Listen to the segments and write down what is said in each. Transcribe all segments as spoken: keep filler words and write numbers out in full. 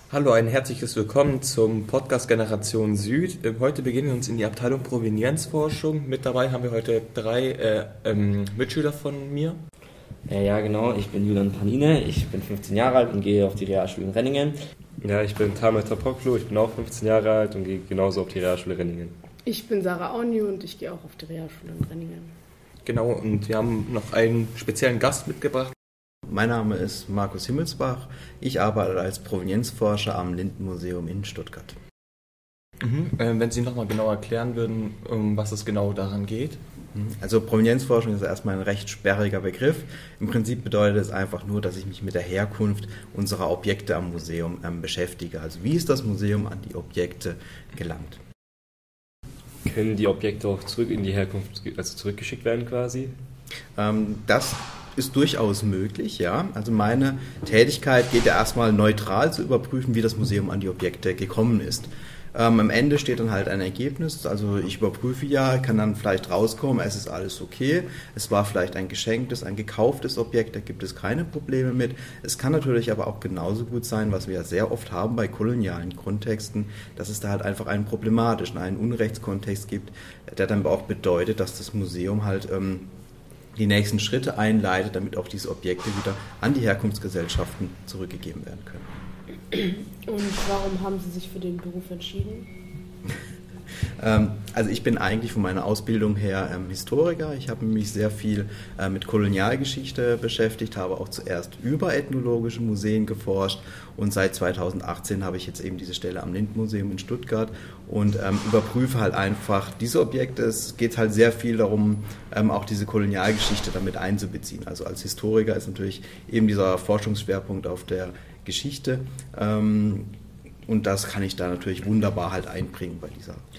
Hallo, ein herzliches Willkommen zum Podcast Generation Süd. Heute beginnen wir uns in die Abteilung Provenienzforschung. Mit dabei haben wir heute drei äh, ähm, Mitschüler von mir. Ja, ja, genau. Ich bin Julian Panine, ich bin fünfzehn Jahre alt und gehe auf die Realschule in Renningen. Ja, ich bin Tamer Topoklu, ich bin auch fünfzehn Jahre alt und gehe genauso auf die Realschule Renningen. Ich bin Sarah Aunyu und ich gehe auch auf die Realschule in Renningen. Genau, und wir haben noch einen speziellen Gast mitgebracht. Mein Name ist Markus Himmelsbach. Ich arbeite als Provenienzforscher am Lindenmuseum in Stuttgart. Mhm. Äh, wenn Sie nochmal genau erklären würden, um was es genau daran geht. Also Provenienzforschung ist erstmal ein recht sperriger Begriff. Im Prinzip bedeutet es einfach nur, dass ich mich mit der Herkunft unserer Objekte am Museum ähm, beschäftige. Also wie ist das Museum an die Objekte gelangt? Können die Objekte auch zurück in die Herkunft, also zurückgeschickt werden quasi? Ähm, das ist durchaus möglich, ja. Also meine Tätigkeit geht ja erstmal neutral zu überprüfen, wie das Museum an die Objekte gekommen ist. Ähm, am Ende steht dann halt ein Ergebnis, also ich überprüfe ja, kann dann vielleicht rauskommen, es ist alles okay, es war vielleicht ein geschenktes, ein gekauftes Objekt, da gibt es keine Probleme mit. Es kann natürlich aber auch genauso gut sein, was wir ja sehr oft haben bei kolonialen Kontexten, dass es da halt einfach einen problematischen, einen Unrechtskontext gibt, der dann auch bedeutet, dass das Museum halt ähm, die nächsten Schritte einleitet, damit auch diese Objekte wieder an die Herkunftsgesellschaften zurückgegeben werden können. Und warum haben Sie sich für den Beruf entschieden? Also ich bin eigentlich von meiner Ausbildung her ähm, Historiker. Ich habe mich sehr viel äh, mit Kolonialgeschichte beschäftigt, habe auch zuerst über ethnologische Museen geforscht und seit zweitausendachtzehn habe ich jetzt eben diese Stelle am Lindenmuseum in Stuttgart und ähm, überprüfe halt einfach diese Objekte. Es geht halt sehr viel darum, ähm, auch diese Kolonialgeschichte damit einzubeziehen. Also als Historiker ist natürlich eben dieser Forschungsschwerpunkt auf der Geschichte ähm, und das kann ich da natürlich wunderbar halt einbringen bei dieser Arbeit.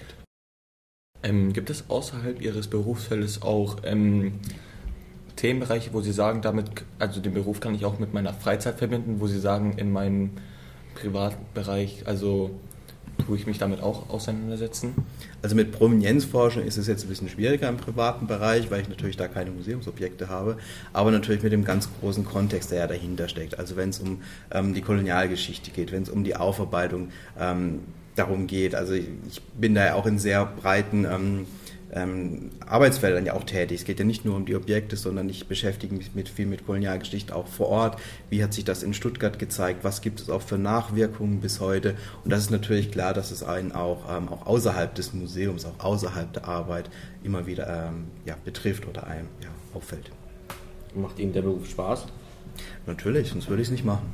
Ähm, gibt es außerhalb Ihres Berufsfeldes auch ähm, Themenbereiche, wo Sie sagen, damit, also den Beruf kann ich auch mit meiner Freizeit verbinden, wo Sie sagen, in meinem Privatbereich, also tue ich mich damit auch auseinandersetzen? Also mit Provenienzforschung ist es jetzt ein bisschen schwieriger im privaten Bereich, weil ich natürlich da keine Museumsobjekte habe, aber natürlich mit dem ganz großen Kontext, der ja dahinter steckt. Also wenn es um ähm, die Kolonialgeschichte geht, wenn es um die Aufarbeitung ähm, darum geht. Also ich bin da ja auch in sehr breiten ähm, ähm, Arbeitsfeldern ja auch tätig. Es geht ja nicht nur um die Objekte, sondern ich beschäftige mich mit, viel mit Kolonialgeschichte auch vor Ort. Wie hat sich das in Stuttgart gezeigt? Was gibt es auch für Nachwirkungen bis heute? Und das ist natürlich klar, dass es einen auch, ähm, auch außerhalb des Museums, auch außerhalb der Arbeit immer wieder ähm, ja, betrifft oder einem ja, auffällt. Macht Ihnen der Beruf Spaß? Natürlich, sonst würde ich es nicht machen.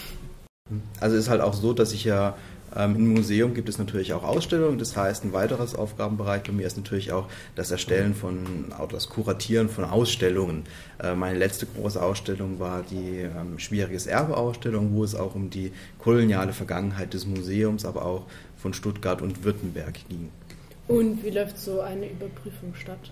Also es ist halt auch so, dass ich ja im Museum gibt es natürlich auch Ausstellungen, das heißt, ein weiteres Aufgabenbereich bei mir ist natürlich auch das Erstellen von, auch das Kuratieren von Ausstellungen. Meine letzte große Ausstellung war die ähm, Schwieriges Erbe-Ausstellung, wo es auch um die koloniale Vergangenheit des Museums, aber auch von Stuttgart und Württemberg ging. Und wie läuft so eine Überprüfung statt?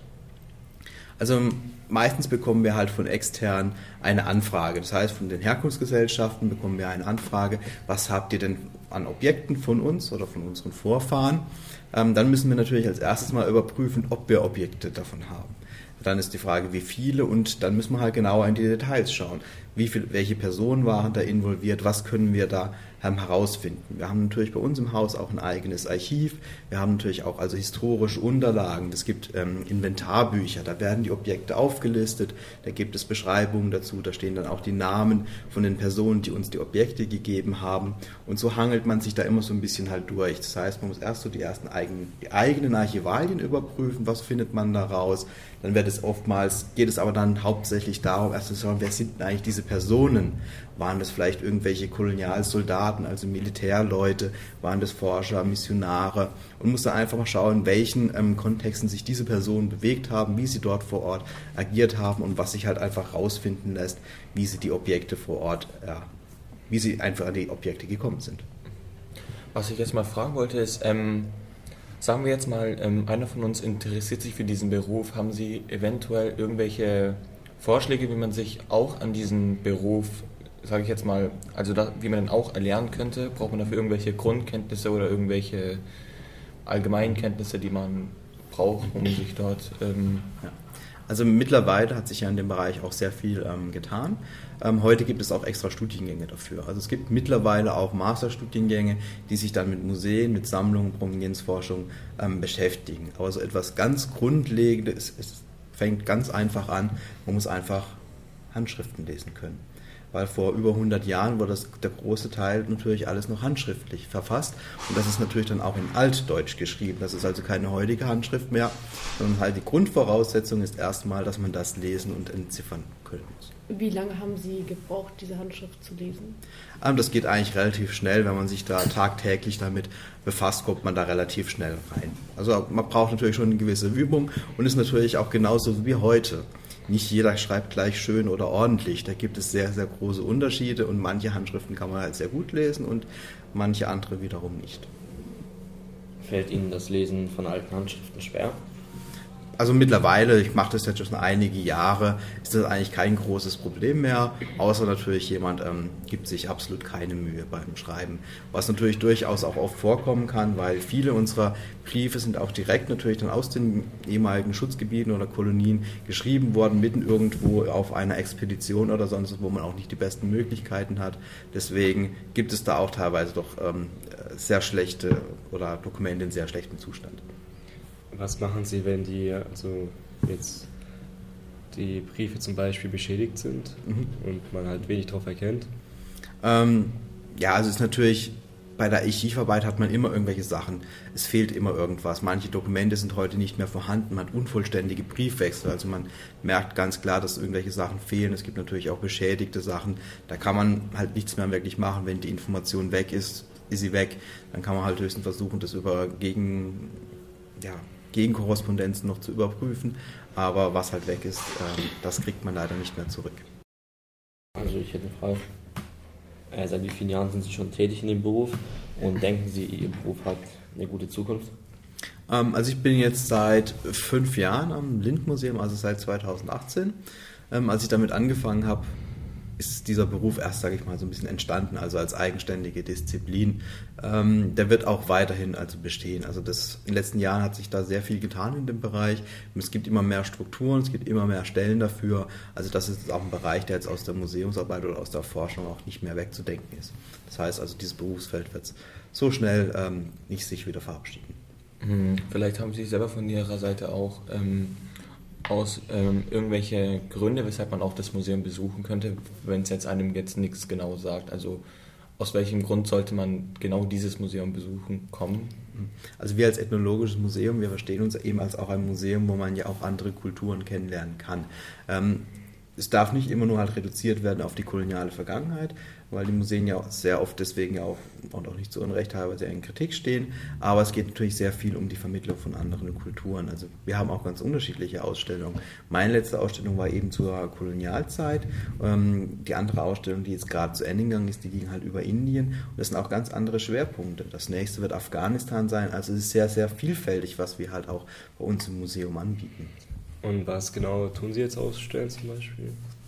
Also meistens bekommen wir halt von extern eine Anfrage. Das heißt, von den Herkunftsgesellschaften bekommen wir eine Anfrage, was habt ihr denn an Objekten von uns oder von unseren Vorfahren? Ähm, dann müssen wir natürlich als erstes mal überprüfen, ob wir Objekte davon haben. Dann ist die Frage, wie viele, und dann müssen wir halt genauer in die Details schauen. Wie viel, welche Personen waren da involviert, was können wir da ähm, herausfinden. Wir haben natürlich bei uns im Haus auch ein eigenes Archiv, wir haben natürlich auch also historische Unterlagen, es gibt ähm, Inventarbücher, da werden die Objekte aufgelistet, da gibt es Beschreibungen dazu, da stehen dann auch die Namen von den Personen, die uns die Objekte gegeben haben, und so hangelt man sich da immer so ein bisschen halt durch. Das heißt, man muss erst so die ersten eigenen, die eigenen Archivalien überprüfen, was findet man da raus, dann wird es oftmals, geht es aber dann hauptsächlich darum, erst zu schauen, wer sind denn eigentlich diese Personen? Waren das vielleicht irgendwelche Kolonialsoldaten, also Militärleute? Waren das Forscher, Missionare? Und muss dann einfach mal schauen, in welchen ähm, Kontexten sich diese Personen bewegt haben, wie sie dort vor Ort agiert haben und was sich halt einfach rausfinden lässt, wie sie die Objekte vor Ort, ja, wie sie einfach an die Objekte gekommen sind. Was ich jetzt mal fragen wollte ist, ähm, sagen wir jetzt mal, ähm, einer von uns interessiert sich für diesen Beruf. Haben Sie eventuell irgendwelche Vorschläge, wie man sich auch an diesen Beruf, sage ich jetzt mal, also da, wie man den auch erlernen könnte? Braucht man dafür irgendwelche Grundkenntnisse oder irgendwelche allgemeinen Kenntnisse, die man braucht, um sich dort... Ähm ja. Also mittlerweile hat sich ja in dem Bereich auch sehr viel ähm, getan. Ähm, heute gibt es auch extra Studiengänge dafür. Also es gibt mittlerweile auch Masterstudiengänge, die sich dann mit Museen, mit Sammlungen, Provenienzforschung ähm, beschäftigen. Aber so etwas ganz Grundlegendes, es fängt ganz einfach an, man muss einfach Handschriften lesen können. Weil vor über hundert Jahren wurde das, der große Teil natürlich alles noch handschriftlich verfasst. Und das ist natürlich dann auch in Altdeutsch geschrieben. Das ist also keine heutige Handschrift mehr, sondern halt die Grundvoraussetzung ist erstmal, dass man das lesen und entziffern können muss. Wie lange haben Sie gebraucht, diese Handschrift zu lesen? Das geht eigentlich relativ schnell, wenn man sich da tagtäglich damit befasst, kommt man da relativ schnell rein. Also man braucht natürlich schon eine gewisse Übung und ist natürlich auch genauso wie heute. Nicht jeder schreibt gleich schön oder ordentlich. Da gibt es sehr, sehr große Unterschiede und manche Handschriften kann man halt sehr gut lesen und manche andere wiederum nicht. Fällt Ihnen das Lesen von alten Handschriften schwer? Also mittlerweile, ich mache das jetzt schon einige Jahre, ist das eigentlich kein großes Problem mehr, außer natürlich jemand ähm, gibt sich absolut keine Mühe beim Schreiben, was natürlich durchaus auch oft vorkommen kann, weil viele unserer Briefe sind auch direkt natürlich dann aus den ehemaligen Schutzgebieten oder Kolonien geschrieben worden, mitten irgendwo auf einer Expedition oder sonst, wo man auch nicht die besten Möglichkeiten hat. Deswegen gibt es da auch teilweise doch ähm, sehr schlechte oder Dokumente in sehr schlechtem Zustand. Was machen Sie, wenn die, also jetzt die Briefe zum Beispiel beschädigt sind mhm. und man halt wenig drauf erkennt? Ähm, ja, also es ist natürlich, bei der Archivarbeit hat man immer irgendwelche Sachen. Es fehlt immer irgendwas. Manche Dokumente sind heute nicht mehr vorhanden. Man hat unvollständige Briefwechsel. Also man merkt ganz klar, dass irgendwelche Sachen fehlen. Es gibt natürlich auch beschädigte Sachen. Da kann man halt nichts mehr wirklich machen. Wenn die Information weg ist, ist sie weg. Dann kann man halt höchstens versuchen, das über gegen, ja, Gegenkorrespondenzen noch zu überprüfen, aber was halt weg ist, äh, das kriegt man leider nicht mehr zurück. Also ich hätte eine Frage. Äh, seit wie vielen Jahren sind Sie schon tätig in dem Beruf und denken Sie, Ihr Beruf hat eine gute Zukunft? Ähm, also ich bin jetzt seit fünf Jahren am Lindmuseum, also seit zweitausendachtzehn. Ähm, als ich damit angefangen habe, ist dieser Beruf erst, sage ich mal, so ein bisschen entstanden, also als eigenständige Disziplin. Ähm, der wird auch weiterhin also bestehen. Also das, in den letzten Jahren hat sich da sehr viel getan in dem Bereich. Es gibt immer mehr Strukturen, es gibt immer mehr Stellen dafür. Also das ist auch ein Bereich, der jetzt aus der Museumsarbeit oder aus der Forschung auch nicht mehr wegzudenken ist. Das heißt also, dieses Berufsfeld wird so schnell ähm, nicht sich wieder verabschieden. Hm, vielleicht haben Sie selber von Ihrer Seite auch ähm aus ähm, irgendwelche Gründe, weshalb man auch das Museum besuchen könnte, wenn es jetzt einem jetzt nichts genau sagt. Also aus welchem Grund sollte man genau dieses Museum besuchen kommen? Also wir als Ethnologisches Museum, wir verstehen uns eben als auch ein Museum, wo man ja auch andere Kulturen kennenlernen kann. Ähm, es darf nicht immer nur halt reduziert werden auf die koloniale Vergangenheit, weil die Museen ja sehr oft deswegen ja auch, und auch nicht zu Unrecht teilweise in Kritik stehen, aber es geht natürlich sehr viel um die Vermittlung von anderen Kulturen. Also wir haben auch ganz unterschiedliche Ausstellungen. Meine letzte Ausstellung war eben zur Kolonialzeit. Die andere Ausstellung, die jetzt gerade zu Ende gegangen ist, die ging halt über Indien und das sind auch ganz andere Schwerpunkte. Das nächste wird Afghanistan sein, also es ist sehr, sehr vielfältig, was wir halt auch bei uns im Museum anbieten. Und was genau tun Sie jetzt ausstellen zum Beispiel?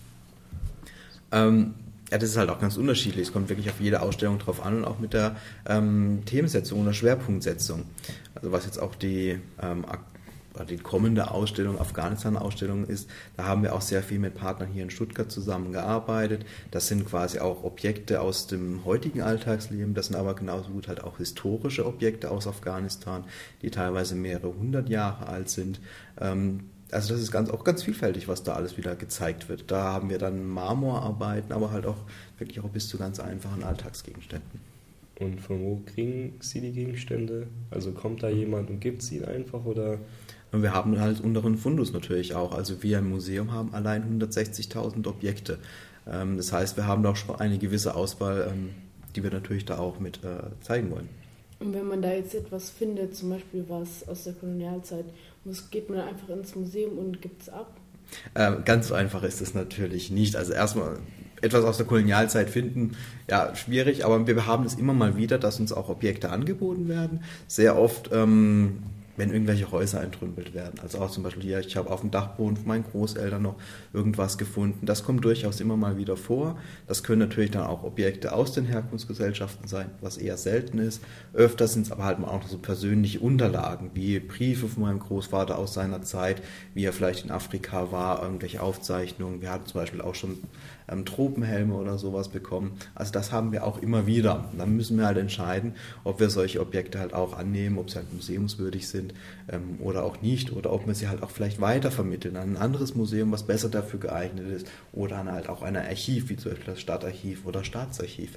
Ähm, ja, das ist halt auch ganz unterschiedlich. Es kommt wirklich auf jede Ausstellung drauf an und auch mit der ähm, Themensetzung oder Schwerpunktsetzung. Also was jetzt auch die, ähm, die kommende Ausstellung, Afghanistan-Ausstellung ist, da haben wir auch sehr viel mit Partnern hier in Stuttgart zusammengearbeitet. Das sind quasi auch Objekte aus dem heutigen Alltagsleben, das sind aber genauso gut halt auch historische Objekte aus Afghanistan, die teilweise mehrere hundert Jahre alt sind. Ähm, Also das ist ganz, auch ganz vielfältig, was da alles wieder gezeigt wird. Da haben wir dann Marmorarbeiten, aber halt auch wirklich auch bis zu ganz einfachen Alltagsgegenständen. Und von wo kriegen Sie die Gegenstände? Also kommt da jemand und gibt sie Ihnen einfach oder? Und wir haben halt unseren Fundus natürlich auch. Also wir im Museum haben allein hundertsechzigtausend Objekte. Das heißt, wir haben doch schon eine gewisse Auswahl, die wir natürlich da auch mit zeigen wollen. Und wenn man da jetzt etwas findet, zum Beispiel was aus der Kolonialzeit, geht man einfach ins Museum und gibt es ab? Äh, ganz so einfach ist es natürlich nicht. Also erstmal etwas aus der Kolonialzeit finden, ja, schwierig, aber wir haben es immer mal wieder, dass uns auch Objekte angeboten werden. Sehr oft ähm, wenn irgendwelche Häuser entrümpelt werden. Also auch zum Beispiel hier, ich habe auf dem Dachboden von meinen Großeltern noch irgendwas gefunden. Das kommt durchaus immer mal wieder vor. Das können natürlich dann auch Objekte aus den Herkunftsgesellschaften sein, was eher selten ist. Öfter sind es aber halt auch noch so persönliche Unterlagen, wie Briefe von meinem Großvater aus seiner Zeit, wie er vielleicht in Afrika war, irgendwelche Aufzeichnungen. Wir hatten zum Beispiel auch schon ähm, Tropenhelme oder sowas bekommen. Also das haben wir auch immer wieder. Und dann müssen wir halt entscheiden, ob wir solche Objekte halt auch annehmen, ob sie halt museumswürdig sind ähm, oder auch nicht, oder ob wir sie halt auch vielleicht weitervermitteln an ein anderes Museum, was besser dafür geeignet ist, oder an halt auch ein Archiv, wie zum Beispiel das Stadtarchiv oder Staatsarchiv.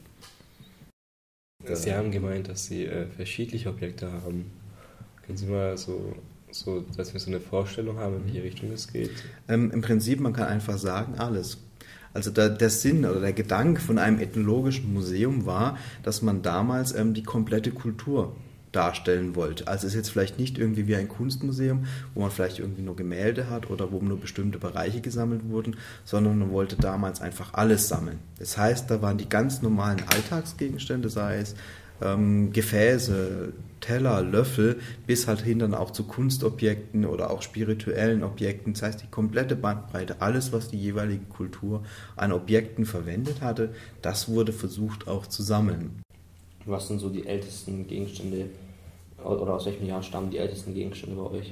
Sie haben gemeint, dass Sie äh, verschiedene Objekte haben. Können Sie mal so, so, dass wir so eine Vorstellung haben, in welche Richtung es geht? Ähm, Im Prinzip, man kann einfach sagen, alles. Also der, der Sinn oder der Gedanke von einem ethnologischen Museum war, dass man damals ähm, die komplette Kultur darstellen wollte. Also es ist jetzt vielleicht nicht irgendwie wie ein Kunstmuseum, wo man vielleicht irgendwie nur Gemälde hat oder wo nur bestimmte Bereiche gesammelt wurden, sondern man wollte damals einfach alles sammeln. Das heißt, da waren die ganz normalen Alltagsgegenstände, sei es ähm, Gefäße, Teller, Löffel, bis halt hin dann auch zu Kunstobjekten oder auch spirituellen Objekten. Das heißt, die komplette Bandbreite, alles, was die jeweilige Kultur an Objekten verwendet hatte, das wurde versucht auch zu sammeln. Was sind so die ältesten Gegenstände oder aus welchem Jahr stammen die ältesten Gegenstände bei euch?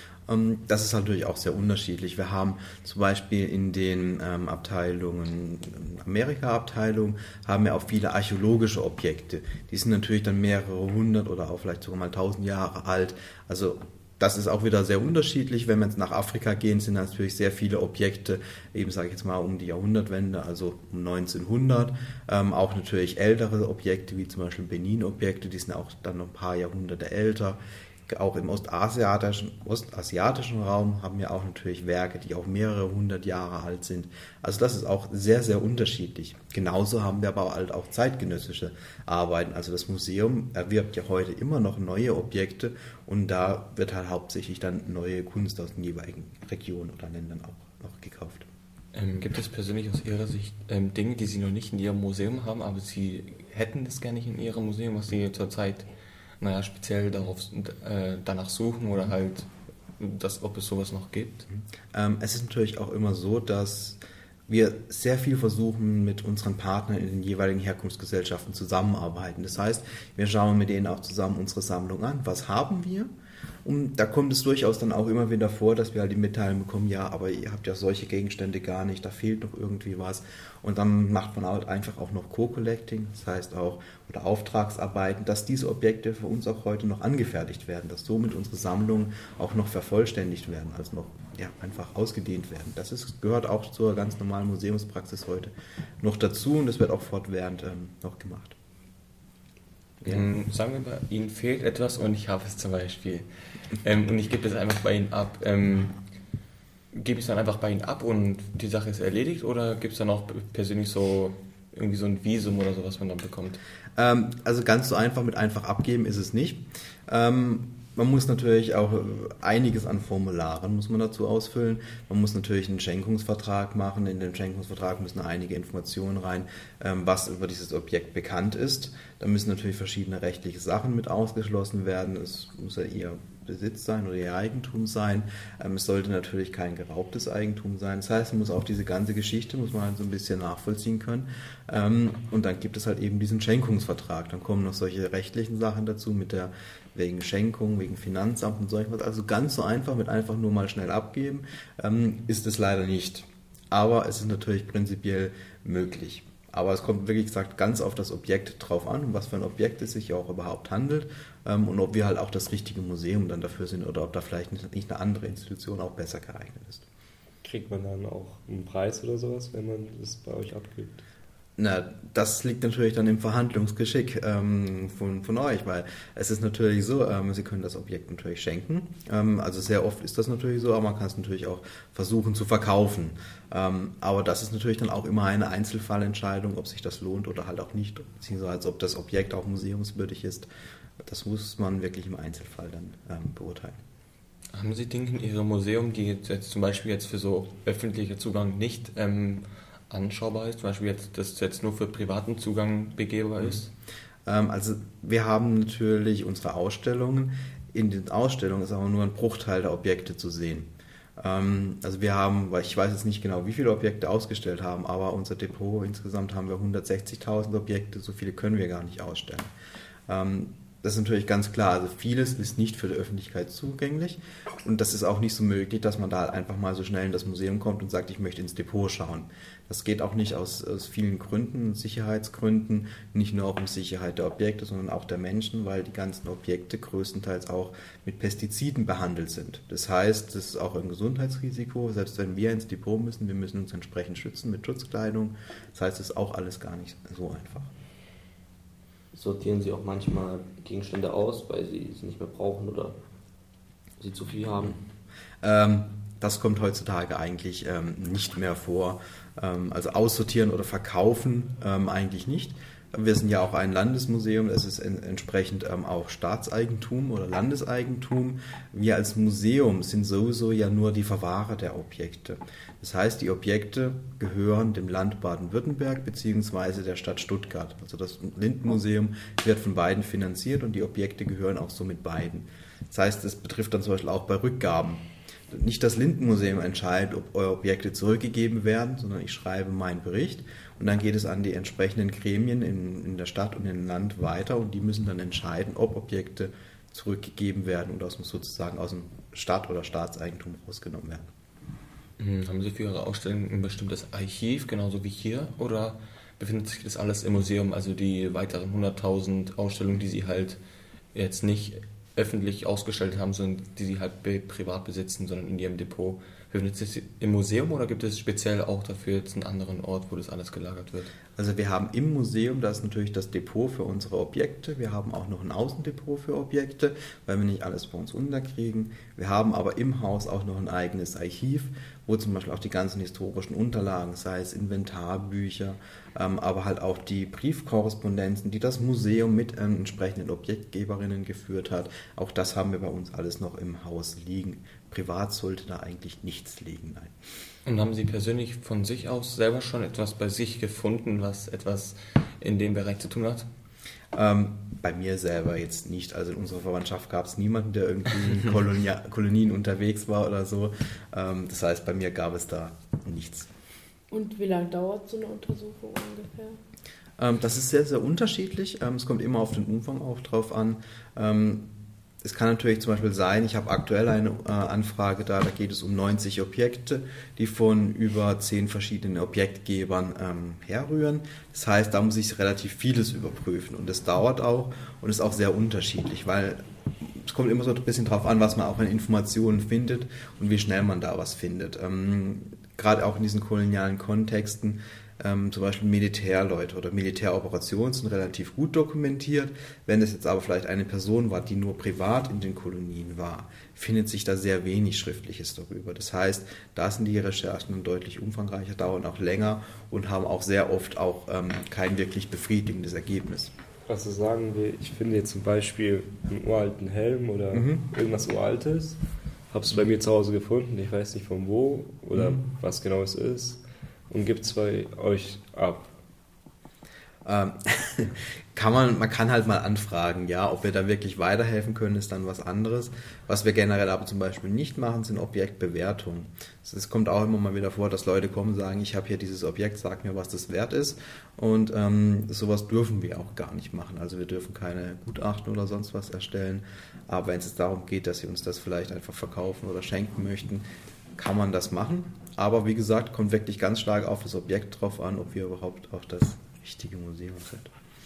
Das ist natürlich auch sehr unterschiedlich. Wir haben zum Beispiel in den ähm, Abteilungen, Amerika-Abteilung, haben wir auch viele archäologische Objekte. Die sind natürlich dann mehrere hundert oder auch vielleicht sogar mal tausend Jahre alt. Also das ist auch wieder sehr unterschiedlich. Wenn wir jetzt nach Afrika gehen, sind natürlich sehr viele Objekte, eben sage ich jetzt mal um die Jahrhundertwende, also um neunzehnhundert. Ähm, auch natürlich ältere Objekte, wie zum Beispiel Benin-Objekte, die sind auch dann noch ein paar Jahrhunderte älter. Auch im ostasiatischen, ostasiatischen Raum haben wir auch natürlich Werke, die auch mehrere hundert Jahre alt sind. Also das ist auch sehr, sehr unterschiedlich. Genauso haben wir aber halt auch zeitgenössische Arbeiten. Also das Museum erwirbt ja heute immer noch neue Objekte und da wird halt hauptsächlich dann neue Kunst aus den jeweiligen Regionen oder Ländern auch noch gekauft. Ähm, gibt es persönlich aus Ihrer Sicht ähm, Dinge, die Sie noch nicht in Ihrem Museum haben, aber Sie hätten das gerne nicht in Ihrem Museum, was Sie zurzeit naja, speziell darauf, äh, danach suchen oder halt, dass, ob es sowas noch gibt? Ähm, es ist natürlich auch immer so, dass wir sehr viel versuchen, mit unseren Partnern in den jeweiligen Herkunftsgesellschaften zusammenarbeiten. Das heißt, wir schauen mit denen auch zusammen unsere Sammlung an. Was haben wir? Und da kommt es durchaus dann auch immer wieder vor, dass wir halt die Mitteilung bekommen, ja, aber ihr habt ja solche Gegenstände gar nicht, da fehlt noch irgendwie was. Und dann macht man halt einfach auch noch Co-Collecting, das heißt auch, oder Auftragsarbeiten, dass diese Objekte für uns auch heute noch angefertigt werden, dass somit unsere Sammlungen auch noch vervollständigt werden, also noch ja, einfach ausgedehnt werden. Das ist, gehört auch zur ganz normalen Museumspraxis heute noch dazu und das wird auch fortwährend ähm, noch gemacht. Ja. Ähm, sagen wir mal, Ihnen fehlt etwas und ich habe es zum Beispiel. Ähm, und ich gebe es einfach bei Ihnen ab. Ähm, gebe ich es dann einfach bei Ihnen ab und die Sache ist erledigt oder gibt es dann auch persönlich so irgendwie so ein Visum oder so, was man dann bekommt? Ähm, also ganz so einfach mit einfach abgeben ist es nicht. Ähm, Man muss natürlich auch einiges an Formularen muss man dazu ausfüllen. Man muss natürlich einen Schenkungsvertrag machen. In den Schenkungsvertrag müssen einige Informationen rein, was über dieses Objekt bekannt ist. Da müssen natürlich verschiedene rechtliche Sachen mit ausgeschlossen werden. Es muss ja ihr Besitz sein oder ihr Eigentum sein. Es sollte natürlich kein geraubtes Eigentum sein. Das heißt, man muss auch diese ganze Geschichte muss man halt so ein bisschen nachvollziehen können. Und dann gibt es halt eben diesen Schenkungsvertrag. Dann kommen noch solche rechtlichen Sachen dazu mit der wegen Schenkung, wegen Finanzamt und solch was. Also ganz so einfach mit einfach nur mal schnell abgeben ähm, ist es leider nicht. Aber es ist natürlich prinzipiell möglich. Aber es kommt wirklich gesagt ganz auf das Objekt drauf an, um was für ein Objekt es sich auch überhaupt handelt ähm, und ob wir halt auch das richtige Museum dann dafür sind oder ob da vielleicht nicht eine andere Institution auch besser geeignet ist. Kriegt man dann auch einen Preis oder sowas, wenn man das bei euch abgibt? Na, das liegt natürlich dann im Verhandlungsgeschick ähm, von, von euch, weil es ist natürlich so, ähm, Sie können das Objekt natürlich schenken, ähm, also sehr oft ist das natürlich so, aber man kann es natürlich auch versuchen zu verkaufen, ähm, aber das ist natürlich dann auch immer eine Einzelfallentscheidung, ob sich das lohnt oder halt auch nicht, beziehungsweise ob das Objekt auch museumswürdig ist, das muss man wirklich im Einzelfall dann ähm, beurteilen. Haben Sie Dinge in Ihrem Museum, die jetzt zum Beispiel jetzt für so öffentlichen Zugang nicht ähm, anschaubar ist, zum Beispiel jetzt, dass jetzt nur für privaten Zugang begehbar ist? Also wir haben natürlich unsere Ausstellungen In den Ausstellungen ist aber nur ein Bruchteil der Objekte zu sehen. Ähm, also wir haben, weil ich weiß jetzt nicht genau, wie viele Objekte ausgestellt haben, aber unser Depot insgesamt haben wir hundertsechzigtausend Objekte, so viele können wir gar nicht ausstellen. Ähm, Das ist natürlich ganz klar, also vieles ist nicht für die Öffentlichkeit zugänglich und das ist auch nicht so möglich, dass man da halt einfach mal so schnell in das Museum kommt und sagt, ich möchte ins Depot schauen. Das geht auch nicht aus, aus vielen Gründen, Sicherheitsgründen, nicht nur um Sicherheit der Objekte, sondern auch der Menschen, weil die ganzen Objekte größtenteils auch mit Pestiziden behandelt sind. Das heißt, das ist auch ein Gesundheitsrisiko, selbst wenn wir ins Depot müssen, wir müssen uns entsprechend schützen mit Schutzkleidung. Das heißt, es ist auch alles gar nicht so einfach. Sortieren Sie auch manchmal Gegenstände aus, weil Sie sie nicht mehr brauchen oder Sie zu viel haben? Ähm, das kommt heutzutage eigentlich ähm, nicht mehr vor. Ähm, also aussortieren oder verkaufen ähm, eigentlich nicht. Wir sind ja auch ein Landesmuseum, es ist en- entsprechend ähm, auch Staatseigentum oder Landeseigentum. Wir als Museum sind sowieso ja nur die Verwahrer der Objekte. Das heißt, die Objekte gehören dem Land Baden-Württemberg bzw. der Stadt Stuttgart. Also das Lindenmuseum wird von beiden finanziert und die Objekte gehören auch somit beiden. Das heißt, das betrifft dann zum Beispiel auch bei Rückgaben. Nicht das Lindenmuseum entscheidet, ob eure Objekte zurückgegeben werden, sondern ich schreibe meinen Bericht und dann geht es an die entsprechenden Gremien in, in der Stadt und im Land weiter und die müssen dann entscheiden, ob Objekte zurückgegeben werden oder aus dem, sozusagen aus dem Stadt- oder Staatseigentum rausgenommen werden. Haben Sie für Ihre Ausstellung ein bestimmtes Archiv, genauso wie hier, oder befindet sich das alles im Museum, also die weiteren hunderttausend Ausstellungen, die Sie halt jetzt nicht öffentlich ausgestellt haben, sondern die Sie halt privat besitzen, sondern in Ihrem Depot, befindet sich im Museum oder gibt es speziell auch dafür jetzt einen anderen Ort, wo das alles gelagert wird? Also wir haben im Museum, da ist natürlich das Depot für unsere Objekte, wir haben auch noch ein Außendepot für Objekte, weil wir nicht alles bei uns unterkriegen. Wir haben aber im Haus auch noch ein eigenes Archiv, wo zum Beispiel auch die ganzen historischen Unterlagen, sei es Inventarbücher, ähm, aber halt auch die Briefkorrespondenzen, die das Museum mit ähm, entsprechenden Objektgeberinnen geführt hat, auch das haben wir bei uns alles noch im Haus liegen. Privat sollte da eigentlich nichts liegen, nein. Und haben Sie persönlich von sich aus selber schon etwas bei sich gefunden, was etwas in dem Bereich zu tun hat? Ähm, bei mir selber jetzt nicht. Also in unserer Verwandtschaft gab es niemanden, der irgendwie in Kolonia- Kolonien unterwegs war oder so. Ähm, das heißt, bei mir gab es da nichts. Und wie lange dauert so eine Untersuchung ungefähr? Ähm, das ist sehr, sehr unterschiedlich. Ähm, es kommt immer auf den Umfang auch drauf an. Ähm, Es kann natürlich zum Beispiel sein, ich habe aktuell eine äh, Anfrage da, da geht es um neunzig Objekte, die von über zehn verschiedenen Objektgebern ähm, herrühren. Das heißt, da muss ich relativ vieles überprüfen und das dauert auch und ist auch sehr unterschiedlich, weil es kommt immer so ein bisschen drauf an, was man auch an Informationen findet und wie schnell man da was findet. Ähm, gerade auch in diesen kolonialen Kontexten, Ähm, zum Beispiel Militärleute oder Militäroperationen sind relativ gut dokumentiert. Wenn es jetzt aber vielleicht eine Person war, die nur privat in den Kolonien war, findet sich da sehr wenig Schriftliches darüber. Das heißt, da sind die Recherchen deutlich umfangreicher, dauern auch länger und haben auch sehr oft auch ähm, kein wirklich befriedigendes Ergebnis. Also sagen wir, ich finde jetzt zum Beispiel einen uralten Helm oder Mhm. irgendwas Uraltes, habe es bei mir zu Hause gefunden, ich weiß nicht von wo oder Mhm. was genau es ist, und gibt es bei euch ab. Ähm, kann man, man kann halt mal anfragen, ja, ob wir da wirklich weiterhelfen können, ist dann was anderes. Was wir generell aber zum Beispiel nicht machen, sind Objektbewertungen. Es kommt auch immer mal wieder vor, dass Leute kommen und sagen, ich habe hier dieses Objekt, sag mir, was das wert ist. Und ähm, sowas dürfen wir auch gar nicht machen. Also wir dürfen keine Gutachten oder sonst was erstellen. Aber wenn es jetzt darum geht, dass sie uns das vielleicht einfach verkaufen oder schenken möchten, kann man das machen. Aber wie gesagt, kommt wirklich ganz stark auf das Objekt drauf an, ob wir überhaupt auch das richtige Museum sind.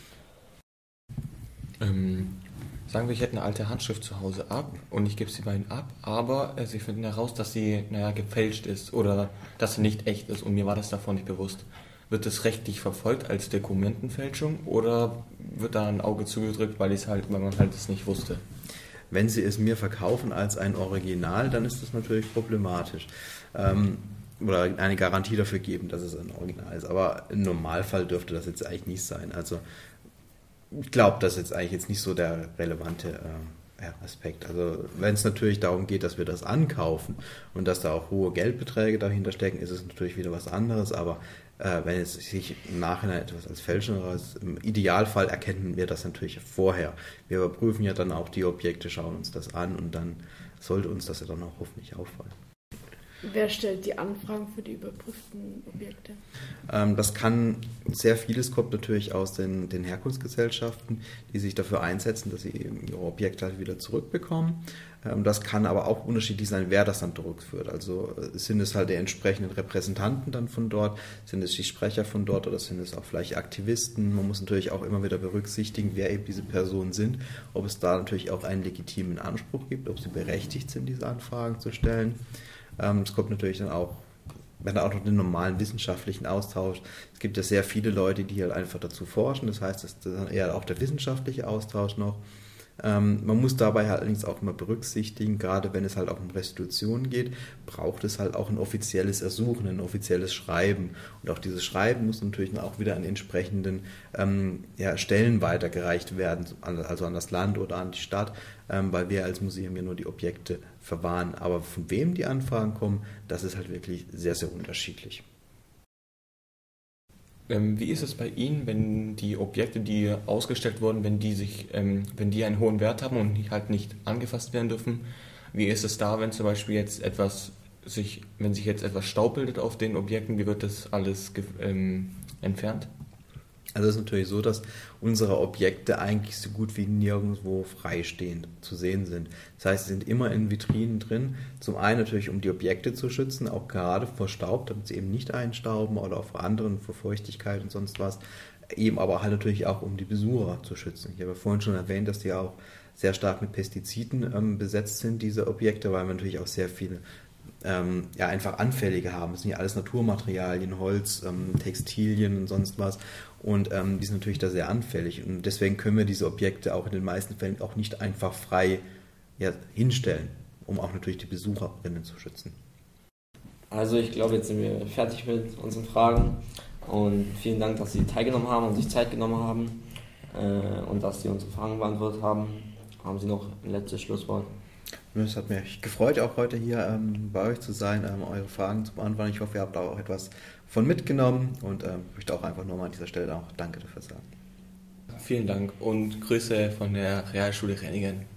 Ähm, sagen wir, ich hätte eine alte Handschrift zu Hause ab und ich gebe sie bei Ihnen ab, aber äh, Sie finden heraus, dass sie, naja, gefälscht ist oder dass sie nicht echt ist und mir war das davon nicht bewusst. Wird das rechtlich verfolgt als Dokumentenfälschung oder wird da ein Auge zugedrückt, weil, ich's halt, weil man halt es nicht wusste? Wenn Sie es mir verkaufen als ein Original, dann ist das natürlich problematisch. Ähm, oder eine Garantie dafür geben, dass es ein Original ist. Aber im Normalfall dürfte das jetzt eigentlich nicht sein. Also ich glaube, das ist jetzt eigentlich jetzt nicht so der relevante äh, ja, Aspekt. Also wenn es natürlich darum geht, dass wir das ankaufen und dass da auch hohe Geldbeträge dahinter stecken, ist es natürlich wieder was anderes, aber äh, wenn es sich im Nachhinein etwas als Fälschung heraus, im Idealfall erkennen wir das natürlich vorher. Wir überprüfen ja dann auch die Objekte, schauen uns das an und dann sollte uns das ja dann auch hoffentlich auffallen. Wer stellt die Anfragen für die überprüften Objekte? Ähm, das kann, sehr vieles kommt natürlich aus den, den Herkunftsgesellschaften, die sich dafür einsetzen, dass sie eben ihre Objekte halt wieder zurückbekommen. Ähm, das kann aber auch unterschiedlich sein, wer das dann zurückführt. Also sind es halt die entsprechenden Repräsentanten dann von dort, sind es die Sprecher von dort oder sind es auch vielleicht Aktivisten. Man muss natürlich auch immer wieder berücksichtigen, wer eben diese Personen sind, ob es da natürlich auch einen legitimen Anspruch gibt, ob sie berechtigt sind, diese Anfragen zu stellen. Es kommt natürlich dann auch, wenn auch noch den normalen wissenschaftlichen Austausch. Es gibt ja sehr viele Leute, die halt einfach dazu forschen. Das heißt, das ist dann eher auch der wissenschaftliche Austausch noch. Ähm, man muss dabei halt allerdings auch immer berücksichtigen, gerade wenn es halt auch um Restitution geht, braucht es halt auch ein offizielles Ersuchen, ein offizielles Schreiben. Und auch dieses Schreiben muss natürlich dann auch wieder an entsprechenden ähm, ja, Stellen weitergereicht werden, also an das Land oder an die Stadt, ähm, weil wir als Museum ja nur die Objekte verwahren. Aber von wem die Anfragen kommen, das ist halt wirklich sehr, sehr unterschiedlich. Ähm, wie ist es bei Ihnen, wenn die Objekte, die ausgestellt wurden, wenn die sich, ähm, wenn die einen hohen Wert haben und halt nicht angefasst werden dürfen? Wie ist es da, wenn zum Beispiel jetzt etwas sich, wenn sich jetzt etwas Staub bildet auf den Objekten, wie wird das alles ähm, entfernt? Also es ist natürlich so, dass unsere Objekte eigentlich so gut wie nirgendwo freistehend zu sehen sind. Das heißt, sie sind immer in Vitrinen drin. Zum einen natürlich, um die Objekte zu schützen, auch gerade vor Staub, damit sie eben nicht einstauben oder auch vor anderen, vor Feuchtigkeit und sonst was. Eben aber halt natürlich auch, um die Besucher zu schützen. Ich habe vorhin schon erwähnt, dass die auch sehr stark mit Pestiziden ähm, besetzt sind, diese Objekte, weil wir natürlich auch sehr viele ähm, ja, einfach Anfällige haben. Das sind ja alles Naturmaterialien, Holz, ähm, Textilien und sonst was. Und ähm, die sind natürlich da sehr anfällig. Und deswegen können wir diese Objekte auch in den meisten Fällen auch nicht einfach frei ja, hinstellen, um auch natürlich die Besucherinnen zu schützen. Also ich glaube, jetzt sind wir fertig mit unseren Fragen. Und vielen Dank, dass Sie teilgenommen haben und sich Zeit genommen haben äh, und dass Sie unsere Fragen beantwortet haben. Haben Sie noch ein letztes Schlusswort? Es hat mich gefreut, auch heute hier ähm, bei euch zu sein, ähm, eure Fragen zu beantworten. Ich hoffe, ihr habt da auch etwas von mitgenommen und ähm, möchte auch einfach nochmal an dieser Stelle auch Danke dafür sagen. Vielen Dank und Grüße von der Realschule Renningen.